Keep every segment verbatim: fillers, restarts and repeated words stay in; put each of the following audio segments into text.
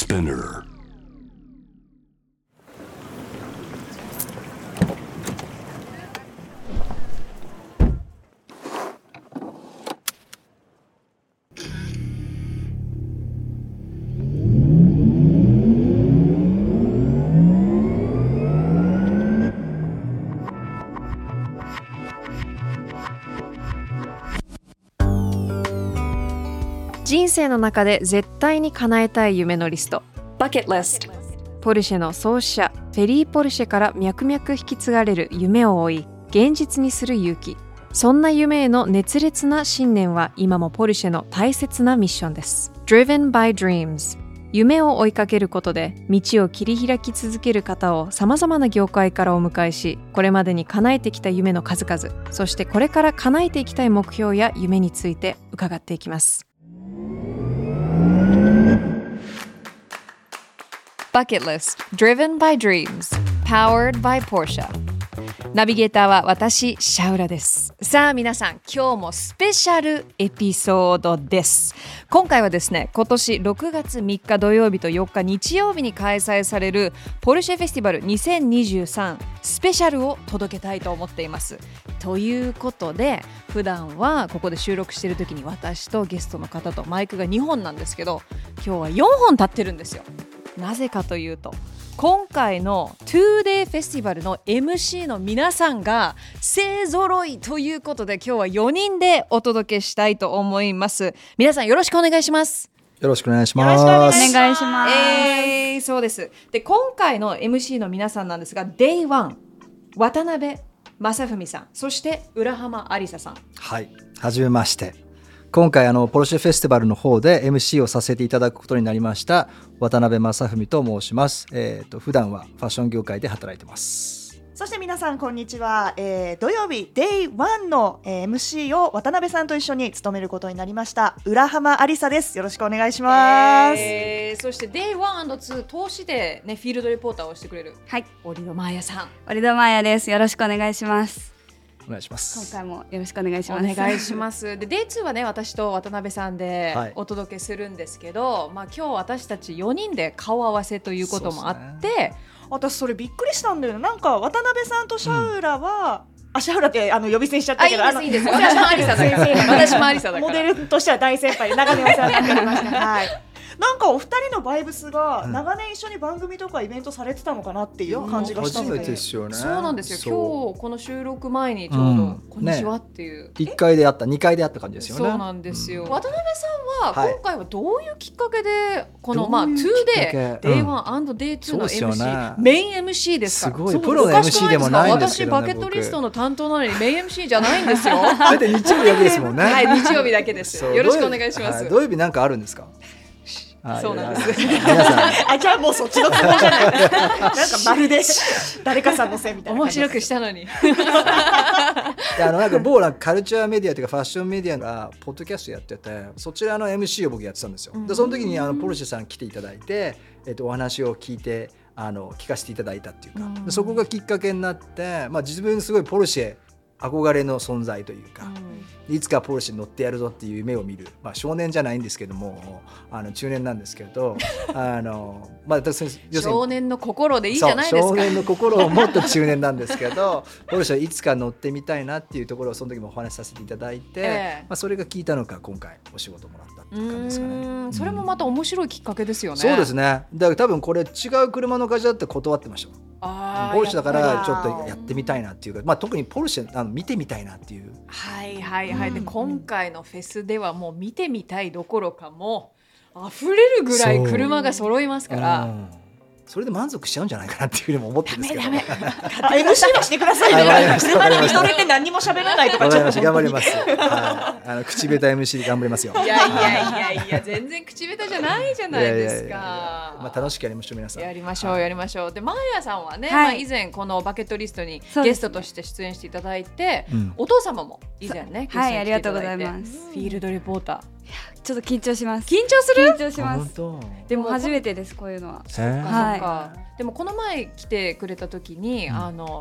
Spinner. 人生の中で絶対に叶えたい夢のリスト Bucket List。 ポルシェの創始者フェリー・ポルシェから脈々引き継がれる夢を追い現実にする勇気。そんな夢への熱烈な信念は今もポルシェの大切なミッションです。 Driven by Dreams。 夢を追いかけることで道を切り開き続ける方をさまざまな業界からお迎えし、これまでに叶えてきた夢の数々、そしてこれから叶えていきたい目標や夢について伺っていきます。Bucket List Driven by Dreams Powered by Porsche。 ナビゲーターは私シャウラです。さあ皆さん、今日もスペシャルエピソードです。今回はですね、今年ろくがつみっか土曜日とよっか日曜日に開催されるポルシェフェスティバルにせんにじゅうさんスペシャルを届けたいと思っています。ということで、普段はここで収録している時に私とゲストの方とマイクがにほんなんですけど、今日はよんほん立ってるんですよ。なぜかというと、今回の ツーデイ フェスティバルの エムシー の皆さんが勢ぞろいということで、今日はよにんでお届けしたいと思います。皆さんよろしくお願いします。 よろしくお願いします。 よろしくお願いします。 えー、そうです。で、今回の エムシー の皆さんなんですが、デイワン、渡辺正文さん、そして浦浜ありささん。 はい、はじめまして。今回あのポルシェフェスティバルの方で エムシー をさせていただくことになりました渡辺正文と申します。えーと、普段はファッション業界で働いてます。 そして皆さんこんにちは、えー、土曜日 デイワン の、えー、エムシー を渡辺さんと一緒に務めることになりました浦浜ありさです。よろしくお願いします。 えー、そして デイワンアンドツー 投資で、ね、フィールドレポーターをしてくれる、 はい、 折戸真彩さん。 折戸真彩です。よろしくお願いします。 お願いします。 今回もよろしくお願いします。 お願いします。で、デイツーはね、私と渡辺さんでお届けするんですけど、はい、まあ、今日私たちよにんで顔合わせということもあって、ね、 私それびっくりしたんだよね。なんか渡辺さんとシャウラは、うん、あ、シャウラってあの呼び捨てにしちゃったけど、 あ、いいですいいです。私もアリサだから私もアリサだからモデルとしては大先輩で長年お世話になっておりました。はい。なんかお二人のバイブスが長年一緒に番組とかイベントされてたのかなっていう感じがしたので、 初めてですよね。 そうなんですよ。今日この収録前にちょうど、うん、こんにちはっていう、 ね、いっかいであったにかいであった感じですよね。 そうなんですよ、うん、渡辺さんは今回はどういうきっかけでこの、はい、まあ ツーデイ デイワンアンドデイツー の エムシー、うん、メイン エムシー ですから。 すごいプロの エムシー でもないんですけどね。 私バケットリストの担当なのにメイン エムシー じゃないんですよ。 だって日曜日だけですもんね。 はい、日曜日だけです。よろしくお願いします。 土曜日なんかあるんですか？ そうなんです。 皆さん、あ、じゃあもうそっちのつもりじゃない。なんかまるで誰かさんのせいみたいな。 面白くしたのに。 あのなんか某カルチャーメディアというかファッションメディアがポッドキャストやってて、そちらの エムシー を僕やってたんですよ。でその時にあのポルシェさん来ていただいて、えっとお話を聞いてあの聞かせていただいたっていうか、でそこがきっかけになって、まあ自分すごいポルシェ憧れの存在というか、うん、いつかポルシェに乗ってやるぞっていう夢を見る、まあ、少年じゃないんですけども、あの中年なんですけどあの、まあ、 少年の心でいいじゃないですか。 少年の心をもっと中年なんですけどポルシェいつか乗ってみたいなっていうところをその時もお話しさせていただいて、えーまあ、それが聞いたのか今回お仕事もらったっていう感じですかね。 うん、それもまた面白いきっかけですよね。 そうですね。だから多分これ違う車の会社だって断ってました。あポルシェだからちょっとやってみたいなっていうか、まあ、特にポルシェあの見てみたいなっていう。 はいはいはい、うん、で今回のフェスではもう見てみたいどころかもう溢れるぐらい車が揃いますから、うん、 それで満足しちゃうんじゃないかなっていうふうにも思ってるんですけど。 ダメダメエムシー はしてくださいね。車に見とれて何も喋らないとかちょっと頑張ります。はい、あの口下手 エムシー で頑張りますよ。 いやいやいやいや全然口下手じゃないじゃないですか。いやいやいやまあ、楽しくやりましょう皆さん。 やりましょうやりましょう。でマーヤさんはね、はいまあ、以前このバケットリストにゲストとして出演していただいて、うん、お父様も以前ねはいありがとうございます。 フィールドレポーターちょっと緊張します。 緊張する？ 緊張します。でも初めてですこういうのは。 そうかそうか。でもこの前来てくれた時に、うん、あの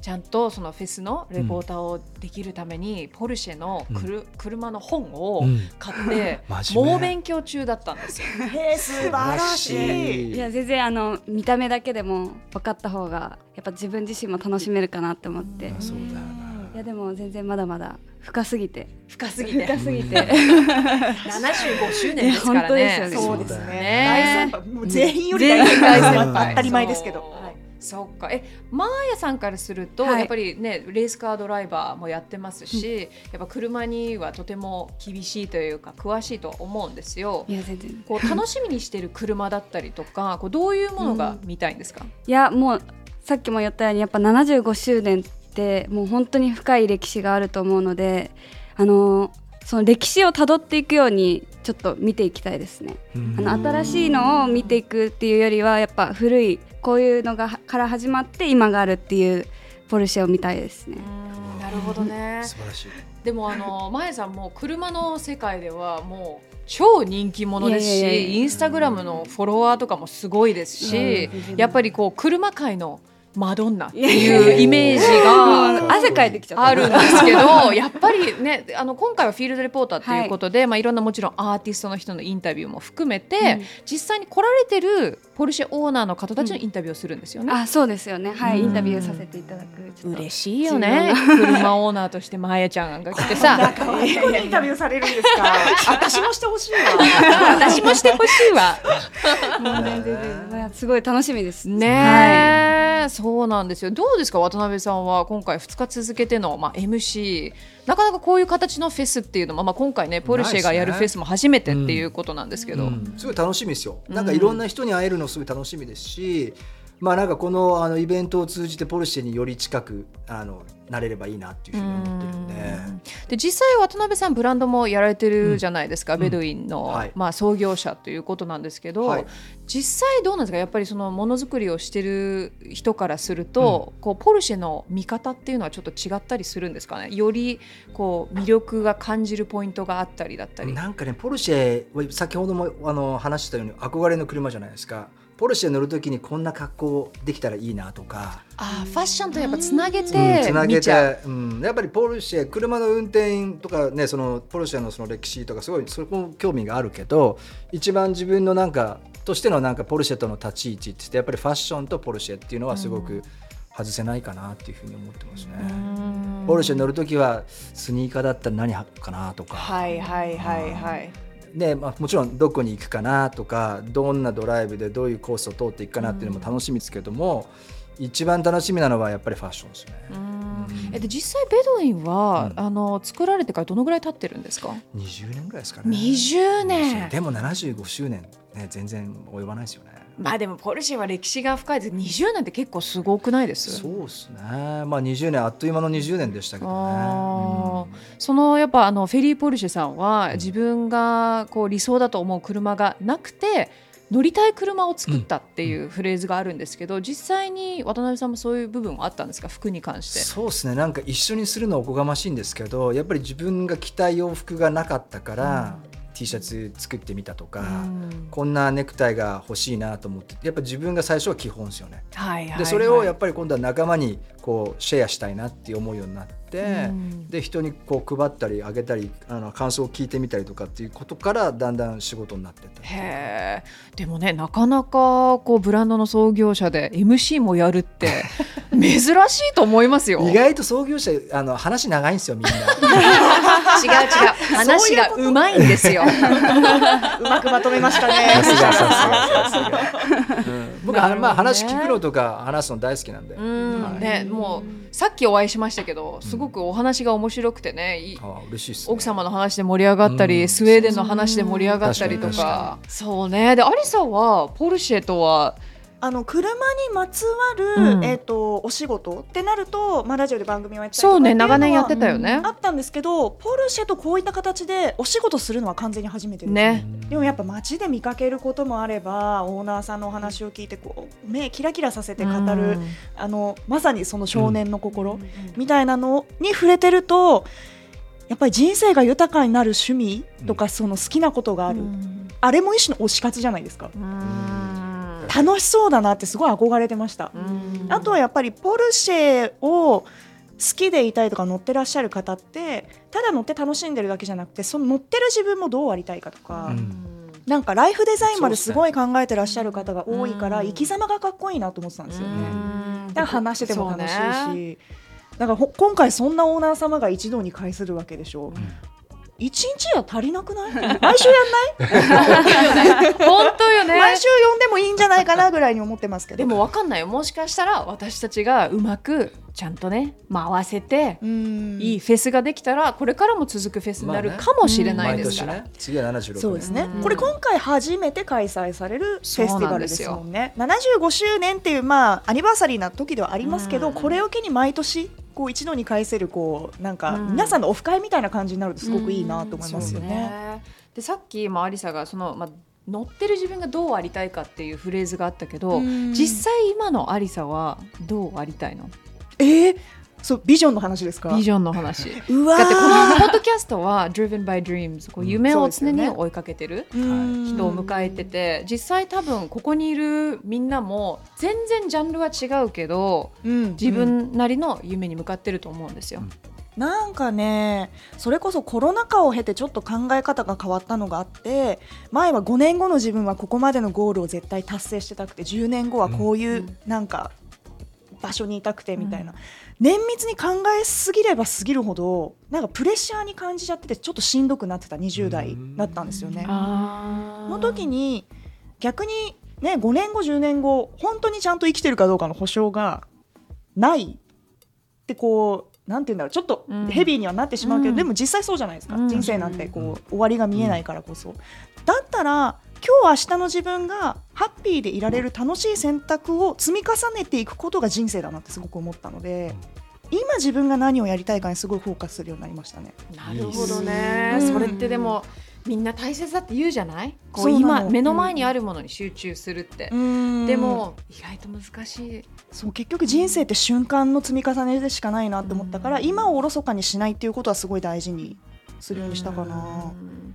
ちゃんとそのフェスのレポーターをできるために、うん、ポルシェのくる、うん、車の本を買って、うん、猛勉強中だったんですよ。 へー、素晴らしい。 いや全然あの見た目だけでも分かった方がやっぱ自分自身も楽しめるかなって思って、 うん、そうだよな。 いやでも全然まだまだ深すぎて深すぎて深すぎてななじゅうごしゅうねんですからね。 そうですね。大先輩、もう全員より大先輩、当たり前ですけど。はい、 そうか。え、マーヤさんからすると、はい、やっぱりねレースカードライバーもやってますし、うん、やっぱ車にはとても厳しいというか詳しいとは思うんですよ。 いや全然こう楽しみにしてる車だったりとかこうどういうものが見たいんですか？うん、 いやもうさっきも言ったようにやっぱななじゅうごしゅうねんってもう本当に深い歴史があると思うので、あのその歴史をたどっていくようにちょっと見ていきたいですね。あの新しいのを見ていくっていうよりはやっぱ古いこういうのがから始まって今があるっていうポルシェを見たいですね。 うん、なるほどね。 素晴らしい。 でもあのマヤさんも車の世界ではもう超人気者ですし、いやいやいやインスタグラムのフォロワーとかもすごいですし、やっぱりこう車界のマドンナっていうイメージが汗かいてきちゃったあるんですけど、やっぱりね、あの今回はフィールドレポーターということで、はい、まあ、いろんなもちろんアーティストの人のインタビューも含めて、うん、実際に来られてるポルシェオーナーの方たちのインタビューをするんですよね。 うん、あ、そうですよね。はい、インタビューさせていただく。 嬉しいよね。車オーナーとしてマーヤちゃんが来てさ、 インタビューされるんですか？私もしてほしいわ。 私もしてほしいわ。 もうね、全然すごい楽しみですね。はい、そうなんですよ。どうですか、渡辺さんは今回ふつか続けての、まあ、エムシー、なかなかこういう形のフェスっていうのも、まあ、今回ねポルシェがやるフェスも初めてっていうことなんですけど、 うんうん、すごい楽しみですよ。なんかいろんな人に会えるのすごい楽しみですし、まあ、なんかこの、あのイベントを通じてポルシェにより近くあのなれればいいなっていうふうに思ってるんで、 で実際渡辺さんブランドもやられてるじゃないですか、うん、ベドウィンの、はい、まあ、創業者ということなんですけど、はい、実際どうなんですか？やっぱりそのものづくりをしてる人からすると、うん、こうポルシェの見方っていうのはちょっと違ったりするんですかね？よりこう魅力が感じるポイントがあったりだったり。 なんかね、ポルシェは先ほどもあの話したように憧れの車じゃないですか。ポルシェ乗るときにこんな格好できたらいいなとか、 あ、ファッションとやっぱつなげてつなげて、うん、やっぱりポルシェ車の運転とかね、そのポルシェのその歴史とかすごいそこも興味があるけど、一番自分のなんかとしてのなんかポルシェとの立ち位置ってやっぱりファッションとポルシェっていうのはすごく外せないかなっていうふうに思ってますね。ポルシェ乗るときはスニーカーだったら何履くかなとか、 はいはいはいはい、 でまあ、もちろんどこに行くかなとか、どんなドライブでどういうコースを通っていくかなっていうのも楽しみですけども、うん、一番楽しみなのはやっぱりファッションですね。うん、 えで実際ベドウィンは、うん、あの作られてからどのぐらい経ってるんですか？ にじゅうねんぐらいですかね。 にじゅうねんでもななじゅうごしゅうねん、ね、全然及ばないですよね。 まあでもポルシェは歴史が深いです。にじゅうねんって結構すごくないです？ そうですね、まあ、にじゅうねんあっという間のにじゅうねんでしたけどね。あ、 うん、そのやっぱあのフェリーポルシェさんは自分がこう理想だと思う車がなくて乗りたい車を作ったっていうフレーズがあるんですけど、実際に渡辺さんもそういう部分はあったんですか？服に関して。 そうですね、なんか一緒にするのはおこがましいんですけど、やっぱり自分が着たい洋服がなかったから、うん、T シャツ作ってみたとか、うん、こんなネクタイが欲しいなと思って、やっぱ自分が最初は基本ですよね。はいはいはい、でそれをやっぱり今度は仲間にこうシェアしたいなって思うようになって、うん、で人にこう配ったりあげたり、あの感想を聞いてみたりとかっていうことからだんだん仕事になってった。 へー、でもね、なかなかこうブランドの創業者で エムシー もやるって珍しいと思いますよ。 意外と創業者あの話長いんですよみんな。違う違う、話がうまいんですよ。 うまくまとめましたね。 さすがさすがさすが、うん、僕は、まあ、話聞くのとか話すの大好きなんで、うん、 はい、ね、もうさっきお会いしましたけどすごくお話が面白くてね、うん、あ、嬉しいっすね。奥様の話で盛り上がったり、うん、スウェーデンの話で盛り上がったりと か, か, かそうね。でアリサはポルシェとはあの車にまつわる、うん、えー、とお仕事ってなると、まあ、ラジオで番組をやってたりとか、 そうね、長年やってたよね、 あったんですけど、ポルシェとこういった形でお仕事するのは完全に初めてですね。でもやっぱ街で見かけることもあれば、オーナーさんのお話を聞いてこう目キラキラさせて語る、うん、あのまさにその少年の心みたいなのに触れてると、やっぱり人生が豊かになる趣味とか、その好きなことがある、うん、あれも一種の推し活じゃないですか。うん、楽しそうだなってすごい憧れてました。うん、 あとはやっぱりポルシェを好きでいたいとか乗ってらっしゃる方ってただ乗って楽しんでるだけじゃなくてその乗ってる自分もどうありたいかとか、うん、なんかライフデザインまですごい考えてらっしゃる方が多いから、ね、生き様がかっこいいなと思ってたんですよね。だから話してても楽しいし、だから今回そんなオーナー様が一堂に会するわけでしょ、うん、一日は足りなくない？毎週やんない本当よね。 毎週呼んでもいいんじゃないかなぐらいに思ってますけど。 でも分かんないよ、もしかしたら私たちがうまくちゃんとね回せていいフェスができたらこれからも続くフェスになるかもしれないですから、まあね、 ね、次はななじゅうろくねん。 そうですね、これ今回初めて開催されるフェスティバルですもんね。ななじゅうごしゅうねんっていう、まあ、アニバーサリーな時ではありますけど、これを機に毎年こう一度に返せるこうなんか皆さんのオフ会みたいな感じになるとすごくいいなと思いますよね。 ねでさっき、まあ、アリサがその、まあ、乗ってる自分がどうありたいかっていうフレーズがあったけど、実際今のアリサはどうありたいの？ えーそうビジョンの話ですか？ ビジョンの話うわだってこのポッドキャストは Driven by Dreams こう夢を常に追いかけてる人を迎えてて、実際多分ここにいるみんなも全然ジャンルは違うけど、うん、自分なりの夢に向かってると思うんですよ、うん、 なんかねそれこそコロナ禍を経てちょっと考え方が変わったのがあって、前はごねんごの自分はここまでのゴールを絶対達成してたくてじゅうねんごはこういうなんか場所にいたくてみたいな、うん、綿密に考えすぎればすぎるほどなんかプレッシャーに感じちゃっててちょっとしんどくなってたにじゅう代だったんですよね。あの時に逆に、ね、ごねんごじゅうねんご本当にちゃんと生きてるかどうかの保証がないってこうなんていうんだろうちょっとヘビーにはなってしまうけど、うん、でも実際そうじゃないですか、うん、人生なんてこう終わりが見えないからこそ、だったら今日明日の自分がハッピーでいられる楽しい選択を積み重ねていくことが人生だなってすごく思ったので、今自分が何をやりたいかにすごいフォーカスするようになりましたね。 なるほどね、うん、それってでもみんな大切だって言うじゃない？こう今目の前にあるものに集中するって、うん、でも意外と難しい。 そう結局人生って瞬間の積み重ねでしかないなって思ったから、うん、今をおろそかにしないっていうことはすごい大事にするようにしたかな、うん、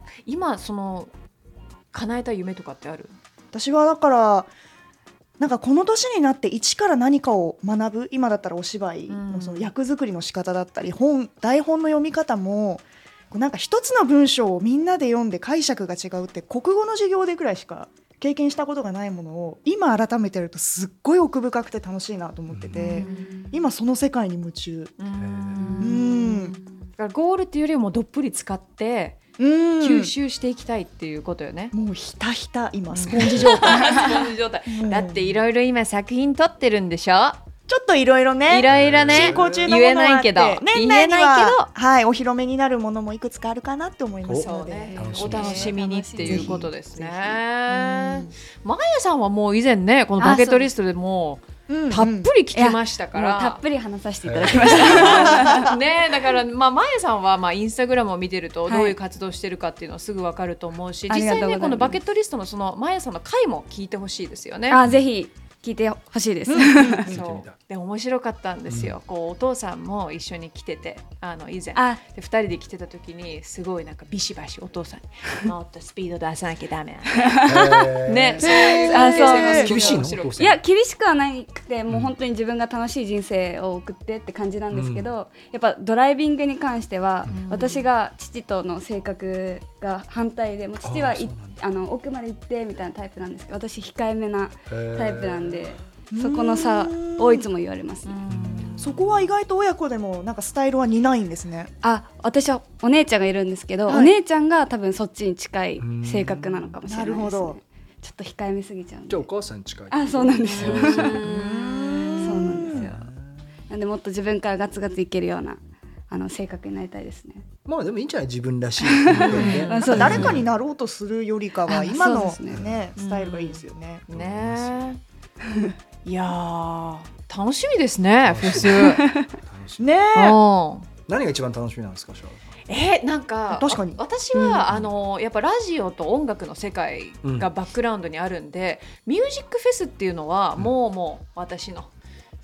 今その叶えた夢とかってある？ 私はだからなんかこの年になって一から何かを学ぶ、今だったらお芝居 の, その役作りの仕方だったり、本台本の読み方もなんか一つの文章をみんなで読んで解釈が違うって国語の授業でぐらいしか経験したことがないものを今改めてやるとすっごい奥深くて楽しいなと思ってて、今その世界に夢中。うんうんだからゴールっていうよりもどっぷり使って吸収していきたいっていうことよね。 もうひたひた今スポンジ状態スポンジ状態だっていろいろ今作品撮ってるんでしょ？ ちょっといろいろねいろいろね進行中のものはあって言えないけど年内には、はい、お披露目になるものもいくつかあるかなと思いますので、 ね、お楽しみにっていうことですね。マーヤさんはもう以前ねこのバケットリストでもうたっぷり聞きましたから、 うんうん、たっぷり話させていただきましたね。だから、まあ、マヤさんは、まあ、インスタグラムを見てるとどういう活動してるかっていうのはすぐ分かると思うし、はい、実際ねこのバケットリストのそのマヤさんの回も聞いてほしいですよね。 あぜひ聞いてほしいです、うん、 そうで面白かったんですよ、うん、こうお父さんも一緒に来ててあの以前でふたりで来てた時にすごいなんかビシバシお父さんにもっとスピード出さなきゃダメねあそう厳しいの？ いや厳しくはなくてもう本当に自分が楽しい人生を送ってって感じなんですけど、うん、やっぱドライビングに関しては、うん、私が父との性格が反対でもう父はいあの奥まで行ってみたいなタイプなんですけど私控えめなタイプなんでそこの差をいつも言われますね。 そこは意外と親子でもなんかスタイルは似ないんですね。 あ私はお姉ちゃんがいるんですけど、はい、お姉ちゃんが多分そっちに近い性格なのかもしれないですね。なるほどちょっと控えめすぎちゃうんで。 じゃあお母さんに近い。 あそうなんですよそうなんですよ。なんでもっと自分からガツガツいけるようなあの性格になりたいですね。 まあでもいいんじゃない自分らしいなんか誰かになろうとするよりかは今の、ねね、スタイルがいいですよね。 ねいや楽しみですねフェスね何が一番楽しみなんですか？ えー、なんか確かに私は、うん、あのやっぱラジオと音楽の世界がバックグラウンドにあるんで、うん、ミュージックフェスっていうのはもう、うん、もう私の好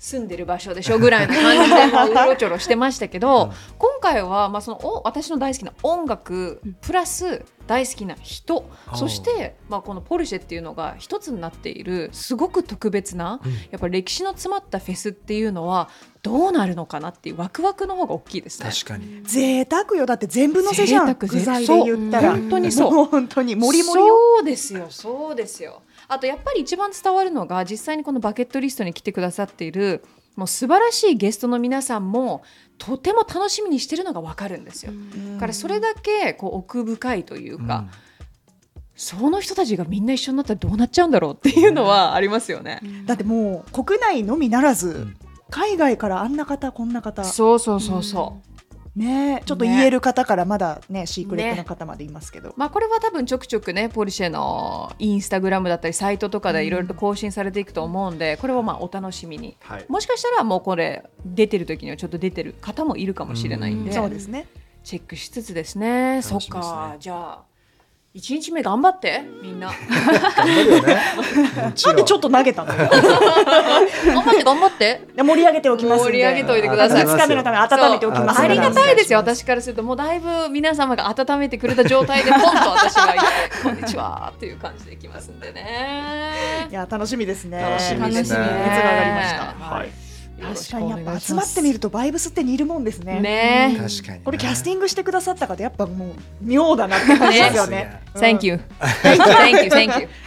住んでる場所でしょぐらいの感じでもううろちょろしてましたけど、うん、今回はまあそのお私の大好きな音楽プラス大好きな人、うん、そしてまあこのポルシェっていうのが一つになっているすごく特別な、うん、やっぱ歴史の詰まったフェスっていうのはどうなるのかなっていうワクワクの方が大きいですね。 確かに贅沢よ。だって全部のせじゃん、具材で言ったら本当にそうもう本当にもりもりよ。 そうですよそうですよ。あとやっぱり一番伝わるのが実際にこのバケットリストに来てくださっているもう素晴らしいゲストの皆さんもとても楽しみにしてるのが分かるんですよ。だからそれだけこう奥深いというか、うん、その人たちがみんな一緒になったらどうなっちゃうんだろうっていうのはありますよね。 だってもう国内のみならず、うん、海外からあんな方こんな方そうそうそうそう、 うんね、ちょっと言える方からまだ、ね、シークレットの方までいますけど、ねまあ、これは多分ちょくちょくねポルシェのインスタグラムだったりサイトとかでいろいろと更新されていくと思うんで、うん、これはまあお楽しみに、はい、もしかしたらもうこれ出てる時にはちょっと出てる方もいるかもしれないんで、うん、 そうですね、 チェックしつつですね。そっかじゃあいちにちめ頑張ってみんな頑張るよねなんでちょっと投げたの頑張って頑張って盛り上げておきますんで盛り上げておいてください。 ふつかめのため温めておきます。 ありがたいですよ。私からするともうだいぶ皆様が温めてくれた状態でポンと私がいてこんにちはっていう感じでいきますんでね。 いや楽しみですね。 楽しみですね。 熱が上がりました、 はい、 確かにやっぱ集まってみるとバイブスって似るもんですね。 ね、 確かに、ね、 これキャスティングしてくださった方やっぱもう妙だなって感じですよね。 Thank you Thank you Thank you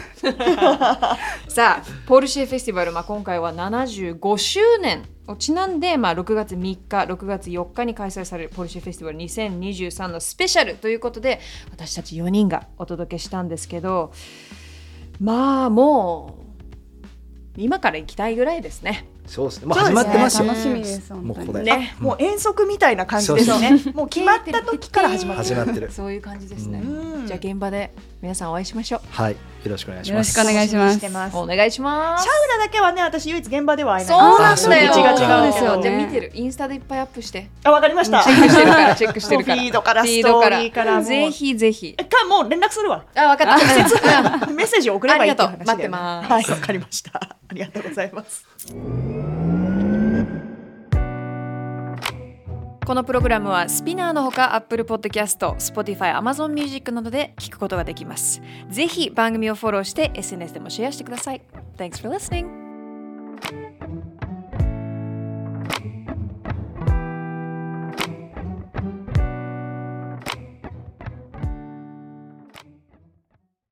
さあポルシェフェスティバル、まあ、今回はななじゅうごしゅうねんをちなんで、まあ、ろくがつみっかろくがつよっかに開催されるポルシェフェスティバルにせんにじゅうさんのスペシャルということで私たちよにんがお届けしたんですけど、まあもう今から行きたいぐらいですね。 そうですね。もう始まってますよ。 楽しみです。 もうここで、 ね、もう遠足みたいな感じですね。もう決まった時から始まってる。 始まってる。 そういう感じですね。じゃあ現場で皆さんお会いしましょう。 はい。よろしくお願いします。 よろしくお願いします。 お願いします。 シャウラだけはね、私唯一現場では会えない。 そうなんだよ。 道が違うんですよ。じゃあ見てる。インスタでいっぱいアップして。 あ、わかりました。 チェックしてるからチェックしてるから。 フィードからストーリーからぜひぜひ。 かもう連絡するわ。 あ、わかった。直接メッセージを送ればいいって話で。 待ってます。 はい、わかりました。ありがとうございます。 このプログラムはスピナーのほか Apple Podcast、Spotify、Amazon Music などで聞くことができます。ぜひ番組をフォローして エスエヌエス でもシェアしてください。Thanks for listening!